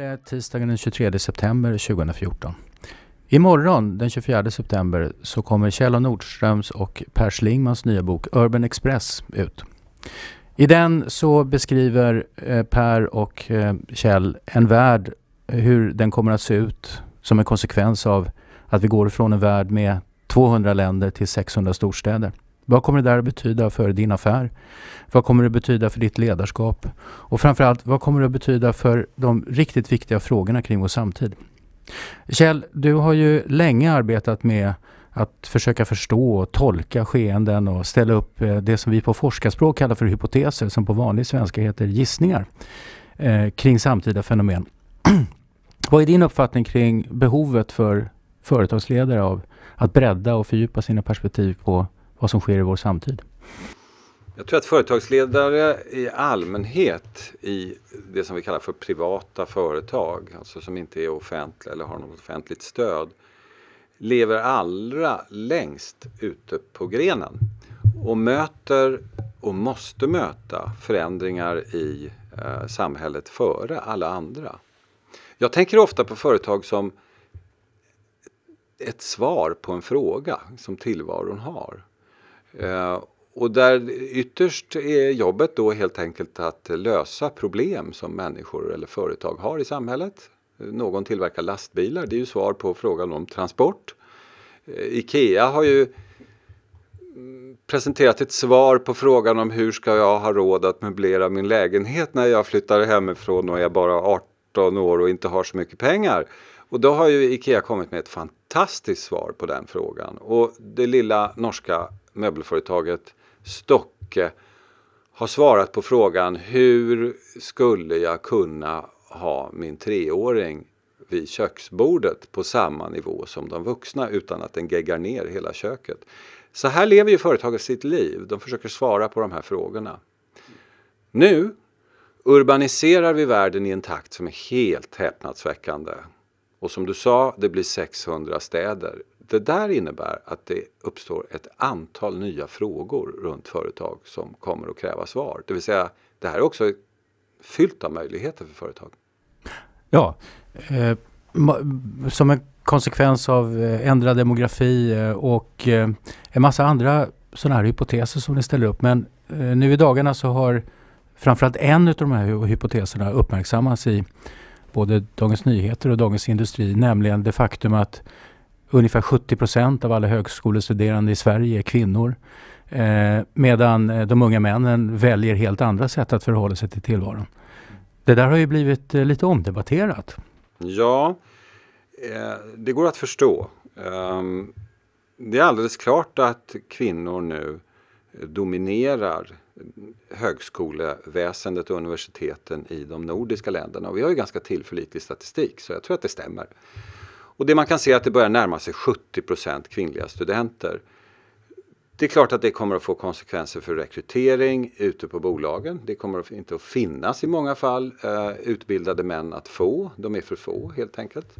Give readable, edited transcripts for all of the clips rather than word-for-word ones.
är tisdagen den 23 september 2014. Imorgon den 24 september så kommer Kjell Nordströms och Per Schlingmans nya bok Urban Express ut. I den så beskriver Per och Kjell en värld, hur den kommer att se ut som en konsekvens av att vi går från en värld med 200 länder till 600 storstäder. Vad kommer det där att betyda för din affär? Vad kommer det betyda för ditt ledarskap? Och framförallt, vad kommer det att betyda för de riktigt viktiga frågorna kring vår samtid? Kjell, du har ju länge arbetat med att försöka förstå och tolka skeenden och ställa upp det som vi på forskarspråk kallar för hypoteser, som på vanlig svenska heter gissningar, kring samtida fenomen. Vad är din uppfattning kring behovet för företagsledare av att bredda och fördjupa sina perspektiv på vad som sker i vår samtid? Jag tror att företagsledare i allmänhet i det som vi kallar för privata företag, alltså som inte är offentliga eller har något offentligt stöd, lever allra längst ute på grenen och möter och måste möta förändringar i samhället före alla andra. Jag tänker ofta på företag som ett svar på en fråga som tillvaron har. Och där ytterst är jobbet då helt enkelt att lösa problem som människor eller företag har i samhället. Någon tillverkar lastbilar, det är ju svar på frågan om transport. IKEA har ju presenterat ett svar på frågan om hur ska jag ha råd att möblera min lägenhet när jag flyttar hemifrån och är bara 18 år och inte har så mycket pengar. Och då har ju IKEA kommit med ett fantastiskt svar på den frågan. Och det lilla norska möbelföretaget Stokke har svarat på frågan: hur skulle jag kunna ha min 3-åring vid köksbordet på samma nivå som de vuxna utan att den geggar ner hela köket? Så här lever ju företaget sitt liv. De försöker svara på de här frågorna. Nu urbaniserar vi världen i en takt som är helt häpnadsväckande. Och som du sa, det blir 600 städer. Det där innebär att det uppstår ett antal nya frågor runt företag som kommer att kräva svar. Det vill säga, det här är också fyllt av möjligheter för företag. Ja, som en konsekvens av ändrad demografi och en massa andra sådana här hypoteser som ni ställer upp. Men nu i dagarna så har framförallt en av de här hypoteserna uppmärksammats i både Dagens Nyheter och Dagens Industri, nämligen det faktum att ungefär 70% av alla högskolestuderande i Sverige är kvinnor, medan de unga männen väljer helt andra sätt att förhålla sig till tillvaron. Det där har ju blivit lite omdebatterat. Ja, det går att förstå. Det är alldeles klart att kvinnor nu dominerar högskoleväsendet och universiteten i de nordiska länderna. Och vi har ju ganska tillförlitlig statistik, så jag tror att det stämmer. Och det man kan se är att det börjar närma sig 70% kvinnliga studenter. Det är klart att det kommer att få konsekvenser för rekrytering ute på bolagen. Det kommer inte att finnas i många fall utbildade män att få. De är för få helt enkelt.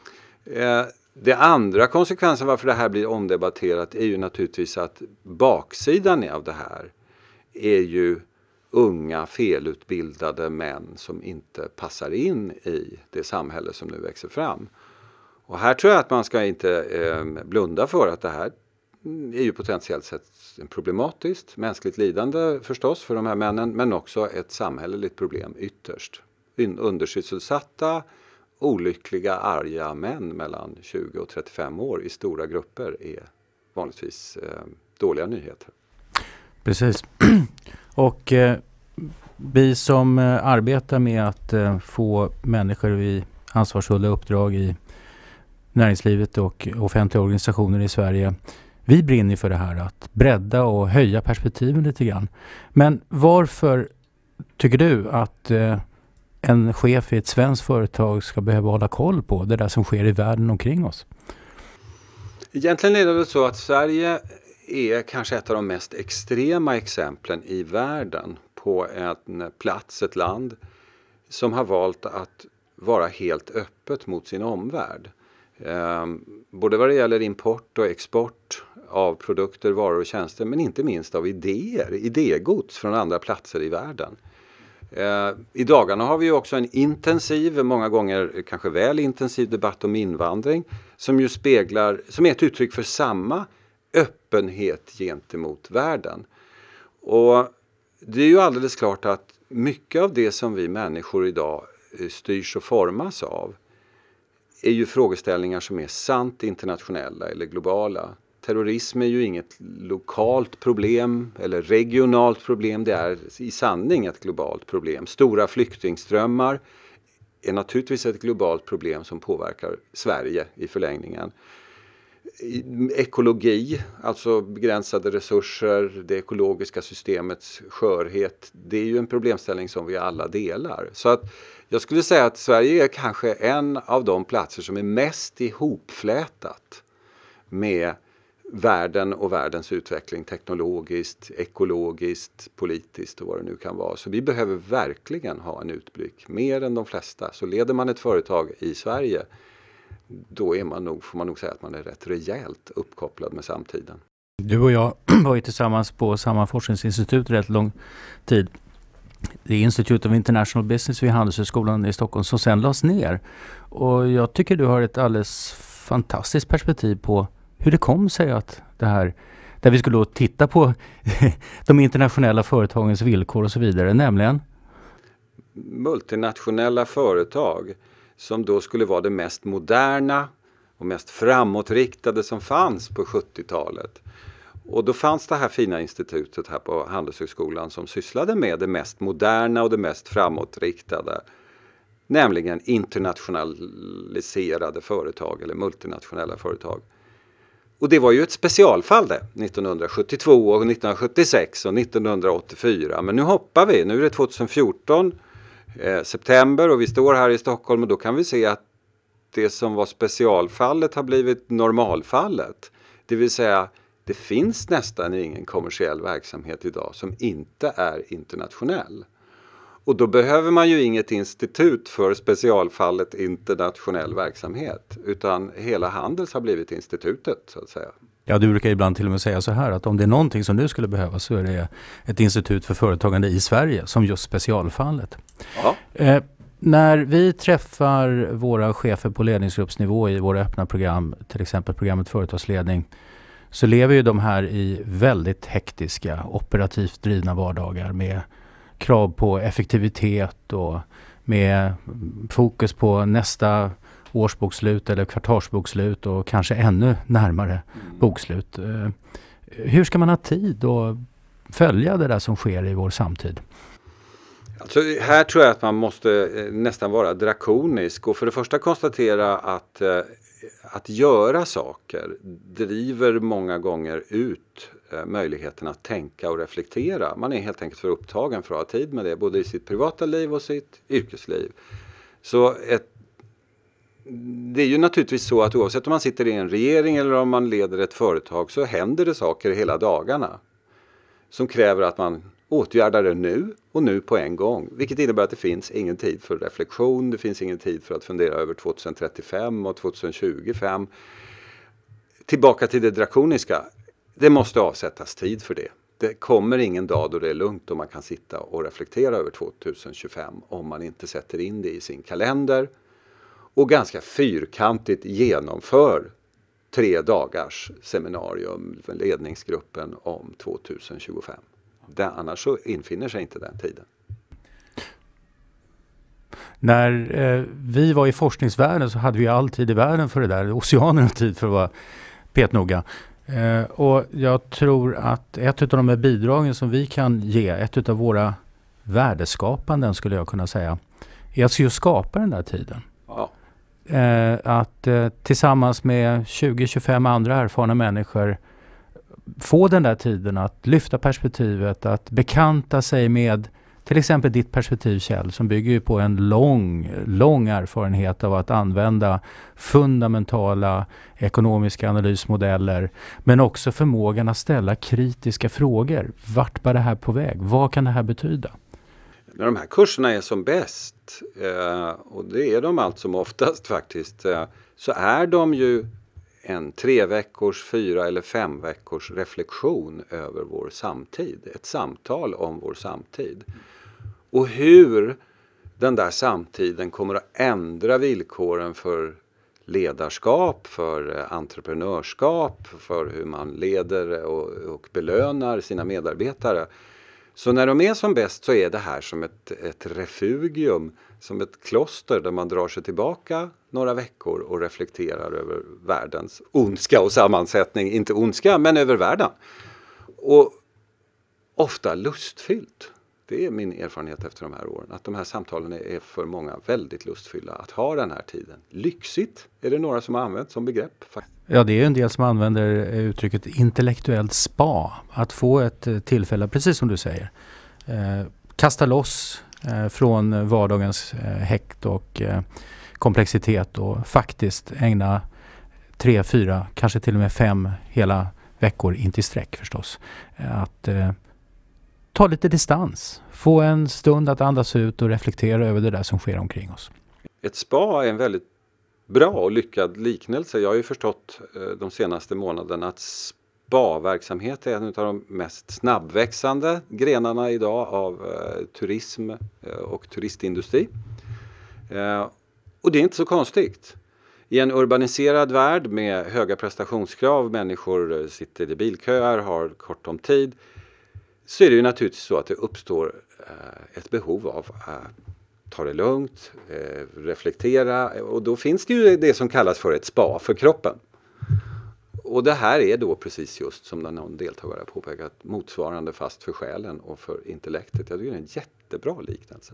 Det andra konsekvensen varför det här blir omdebatterat är ju naturligtvis att baksidan av det här är ju unga felutbildade män som inte passar in i det samhälle som nu växer fram. Och här tror jag att man ska inte blunda för att det här är ju potentiellt sett problematiskt, mänskligt lidande förstås för de här männen, men också ett samhälleligt problem ytterst. Undersysselsatta, olyckliga, arga män mellan 20 och 35 år i stora grupper är vanligtvis dåliga nyheter. Precis. Och vi som arbetar med att få människor i ansvarsfulla uppdrag i näringslivet och offentliga organisationer i Sverige, vi brinner för det här att bredda och höja perspektiven lite grann. Men varför tycker du att en chef i ett svenskt företag ska behöva hålla koll på det där som sker i världen omkring oss? Egentligen är det väl så att Sverige är kanske ett av de mest extrema exemplen i världen på en plats, ett land som har valt att vara helt öppet mot sin omvärld. Både vad det gäller import och export av produkter, varor och tjänster, men inte minst av idégods från andra platser i världen. I dagarna har vi ju också en intensiv, många gånger kanske väl intensiv debatt om invandring som ju som är ett uttryck för samma öppenhet gentemot världen. Och det är ju alldeles klart att mycket av det som vi människor idag styrs och formas av är ju frågeställningar som är sant internationella eller globala. Terrorism är ju inget lokalt problem eller regionalt problem, det är i sanning ett globalt problem. Stora flyktingströmmar är naturligtvis ett globalt problem som påverkar Sverige i förlängningen. Ekologi, alltså begränsade resurser, det ekologiska systemets skörhet, det är ju en problemställning som vi alla delar. Så att jag skulle säga att Sverige är kanske en av de platser som är mest ihopflätat med världen och världens utveckling teknologiskt, ekologiskt, politiskt och vad det nu kan vara. Så vi behöver verkligen ha en utblick, mer än de flesta. Så leder man ett företag i Sverige, då får man nog säga att man är rätt rejält uppkopplad med samtiden. Du och jag var ju tillsammans på samma forskningsinstitut rätt lång tid. Det är Institute of International Business vid Handelshögskolan i Stockholm som sen lades ner. Och jag tycker du har ett alldeles fantastiskt perspektiv på hur det kom sig att det här, där vi skulle då titta på de internationella företagens villkor och så vidare, nämligen multinationella företag som då skulle vara det mest moderna och mest framåtriktade som fanns på 70-talet. Och då fanns det här fina institutet här på Handelshögskolan som sysslade med det mest moderna och det mest framåtriktade. Nämligen internationaliserade företag eller multinationella företag. Och det var ju ett specialfall det, 1972 och 1976 och 1984. Men nu hoppar vi, nu är det 2014, september och vi står här i Stockholm och då kan vi se att det som var specialfallet har blivit normalfallet. Det vill säga, det finns nästan ingen kommersiell verksamhet idag som inte är internationell. Och då behöver man ju inget institut för specialfallet internationell verksamhet. Utan hela Handels har blivit institutet så att säga. Ja, du brukar ibland till och med säga så här att om det är någonting som nu skulle behöva så är det ett institut för företagande i Sverige som just specialfallet. Ja. När vi träffar våra chefer på ledningsgruppsnivå i våra öppna program, till exempel programmet företagsledning, så lever ju de här i väldigt hektiska, operativt drivna vardagar med krav på effektivitet och med fokus på nästa årsbokslut eller kvartalsbokslut och kanske ännu närmare bokslut. Hur ska man ha tid att följa det där som sker i vår samtid? Alltså, här tror jag att man måste nästan vara drakonisk och för det första konstatera att göra saker driver många gånger ut möjligheten att tänka och reflektera. Man är helt enkelt för upptagen för att ha tid med det, både i sitt privata liv och sitt yrkesliv. Så det är ju naturligtvis så att oavsett om man sitter i en regering eller om man leder ett företag så händer det saker hela dagarna som kräver att man åtgärdar det nu och nu på en gång. Vilket innebär att det finns ingen tid för reflektion, det finns ingen tid för att fundera över 2035 och 2025. Tillbaka till det drakoniska. Det måste avsättas tid för det. Det kommer ingen dag då det är lugnt och man kan sitta och reflektera över 2025 om man inte sätter in det i sin kalender och ganska fyrkantigt genomför 3 dagars seminarium för ledningsgruppen om 2025. Annars så infinner sig inte den tiden. När vi var i forskningsvärlden så hade vi all tid i världen för det där. Oceanen och tid för att vara petnoga. Och jag tror att ett av de här bidragen som vi kan ge, ett av våra värdeskapanden skulle jag kunna säga, är att just skapa den där tiden. Ja. Att tillsammans med 20-25 andra erfarna människor få den där tiden att lyfta perspektivet, att bekanta sig med till exempel ditt perspektiv, Kjell, som bygger ju på en lång erfarenhet av att använda fundamentala ekonomiska analysmodeller, men också förmågan att ställa kritiska frågor. Vart var det här på väg? Vad kan det här betyda? När de här kurserna är som bäst, och det är de allt som oftast faktiskt, så är de ju en 3 veckors, 4 eller 5 veckors reflektion över vår samtid. Ett samtal om vår samtid. Och hur den där samtiden kommer att ändra villkoren för ledarskap, för entreprenörskap, för hur man leder och belönar sina medarbetare. Så när de är som bäst så är det här som ett refugium, som ett kloster där man drar sig tillbaka några veckor och reflekterar över världens ondska och sammansättning. Inte ondska, men över världen. Och ofta lustfyllt. Det är min erfarenhet efter de här åren. Att de här samtalen är för många väldigt lustfyllda. Att ha den här tiden. Lyxigt är det några som har använt som begrepp. Ja, det är en del som använder uttrycket intellektuellt spa. Att få ett tillfälle, precis som du säger. Kasta loss från vardagens häkt och komplexitet och faktiskt ägna 3, 4, kanske till och med 5 hela veckor, inte i sträck förstås. Att ta lite distans. Få en stund att andas ut och reflektera över det där som sker omkring oss. Ett spa är en väldigt bra och lyckad liknelse. Jag har ju förstått de senaste månaderna att spa-verksamhet är en av de mest snabbväxande grenarna idag av turism och turistindustri. Och det är inte så konstigt. I en urbaniserad värld med höga prestationskrav, människor sitter i bilköer, har kort om tid, så är det ju naturligtvis så att det uppstår ett behov av att ta det lugnt, reflektera, och då finns det ju det som kallas för ett spa för kroppen. Och det här är då precis just som någon deltagare har påpekat, motsvarande fast för själen och för intellektet. Jag tycker det är en jättebra liknelse.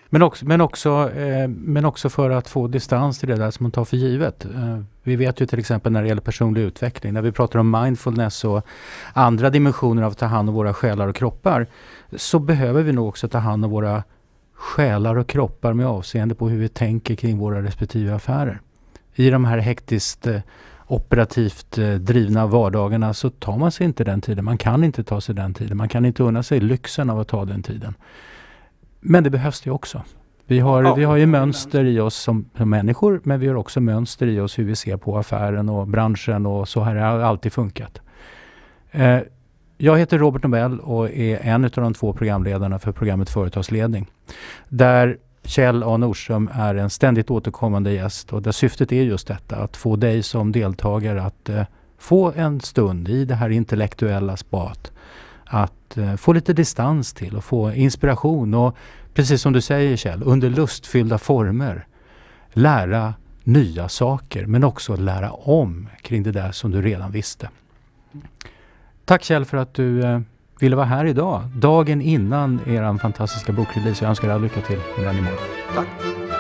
Men också för att få distans till det där som man tar för givet. Vi vet ju till exempel när det gäller personlig utveckling, när vi pratar om mindfulness och andra dimensioner av att ta hand om våra själar och kroppar, så behöver vi nog också ta hand om våra själar och kroppar med avseende på hur vi tänker kring våra respektive affärer. I de här hektiskt operativt drivna vardagarna så tar man sig inte den tiden. Man kan inte ta sig den tiden. Man kan inte unna sig lyxen av att ta den tiden. Men det behövs det också. Vi har ju mönster i oss som människor, men vi har också mönster i oss hur vi ser på affären och branschen, och så här har det alltid funkat. Jag heter Robert Nobel och är en av de 2 programledarna för programmet Företagsledning. Där Kjell A. Nordström är en ständigt återkommande gäst, och där syftet är just detta, att få dig som deltagare att få en stund i det här intellektuella spat, att få lite distans till och få inspiration och, precis som du säger Kjell, under lustfyllda former lära nya saker, men också lära om kring det där som du redan visste. Tack Kjell för att du ville vara här idag, dagen innan er fantastiska bokrelease. Jag önskar dig lycka till med den imorgon. Tack!